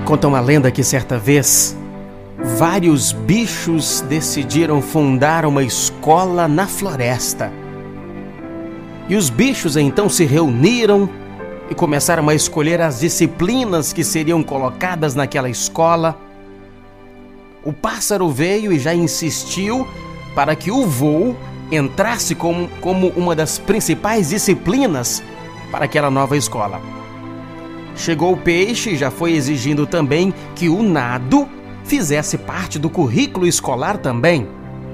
Conta uma lenda que certa vez, vários bichos decidiram fundar uma escola na floresta. E os bichos então se reuniram e começaram a escolher as disciplinas que seriam colocadas naquela escola. O pássaro veio e já insistiu para que o voo entrasse como uma das principais disciplinas para aquela nova escola. Chegou o peixe e já foi exigindo também que o nado fizesse parte do currículo escolar também.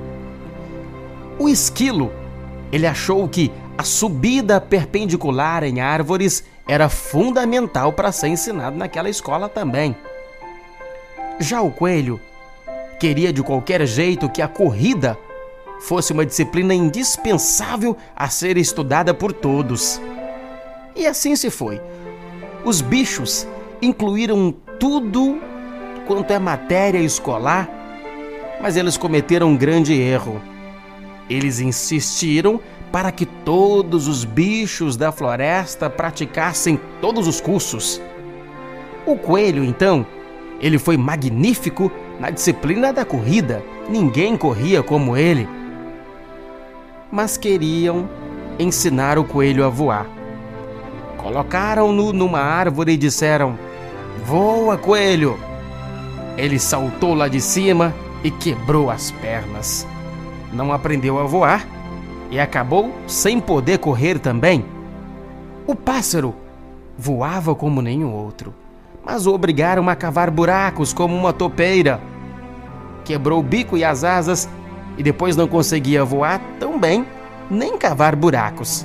O esquilo, ele achou que a subida perpendicular em árvores era fundamental para ser ensinado naquela escola também. Já o coelho queria de qualquer jeito que a corrida fosse uma disciplina indispensável a ser estudada por todos. E assim se foi. Os bichos incluíram tudo quanto é matéria escolar, mas eles cometeram um grande erro. Eles insistiram para que todos os bichos da floresta praticassem todos os cursos. O coelho, então, ele foi magnífico na disciplina da corrida. Ninguém corria como ele. Mas queriam ensinar o coelho a voar. Colocaram-no numa árvore e disseram: "Voa, coelho!" Ele saltou lá de cima e quebrou as pernas. Não aprendeu a voar e acabou sem poder correr também. O pássaro voava como nenhum outro, mas o obrigaram a cavar buracos como uma topeira. Quebrou o bico e as asas e depois não conseguia voar tão bem, nem cavar buracos.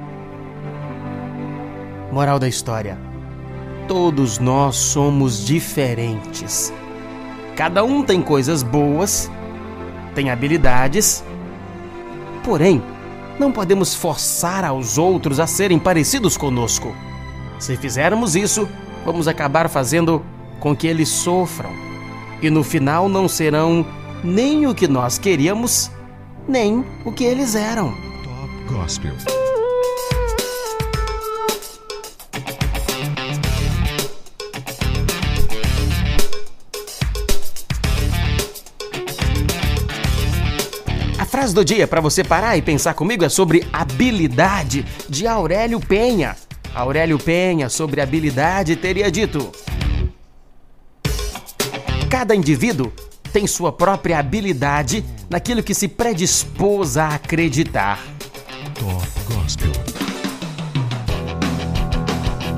Moral da história: todos nós somos diferentes. Cada um tem coisas boas, tem habilidades, porém, não podemos forçar aos outros a serem parecidos conosco. Se fizermos isso, vamos acabar fazendo com que eles sofram. E no final não serão nem o que nós queríamos, nem o que eles eram. Top Gospel. A frase do dia para você parar e pensar comigo é sobre habilidade, de Aurélio Penha. Aurélio Penha, sobre habilidade, teria dito: cada indivíduo tem sua própria habilidade naquilo que se predispôs a acreditar. Top Gospel.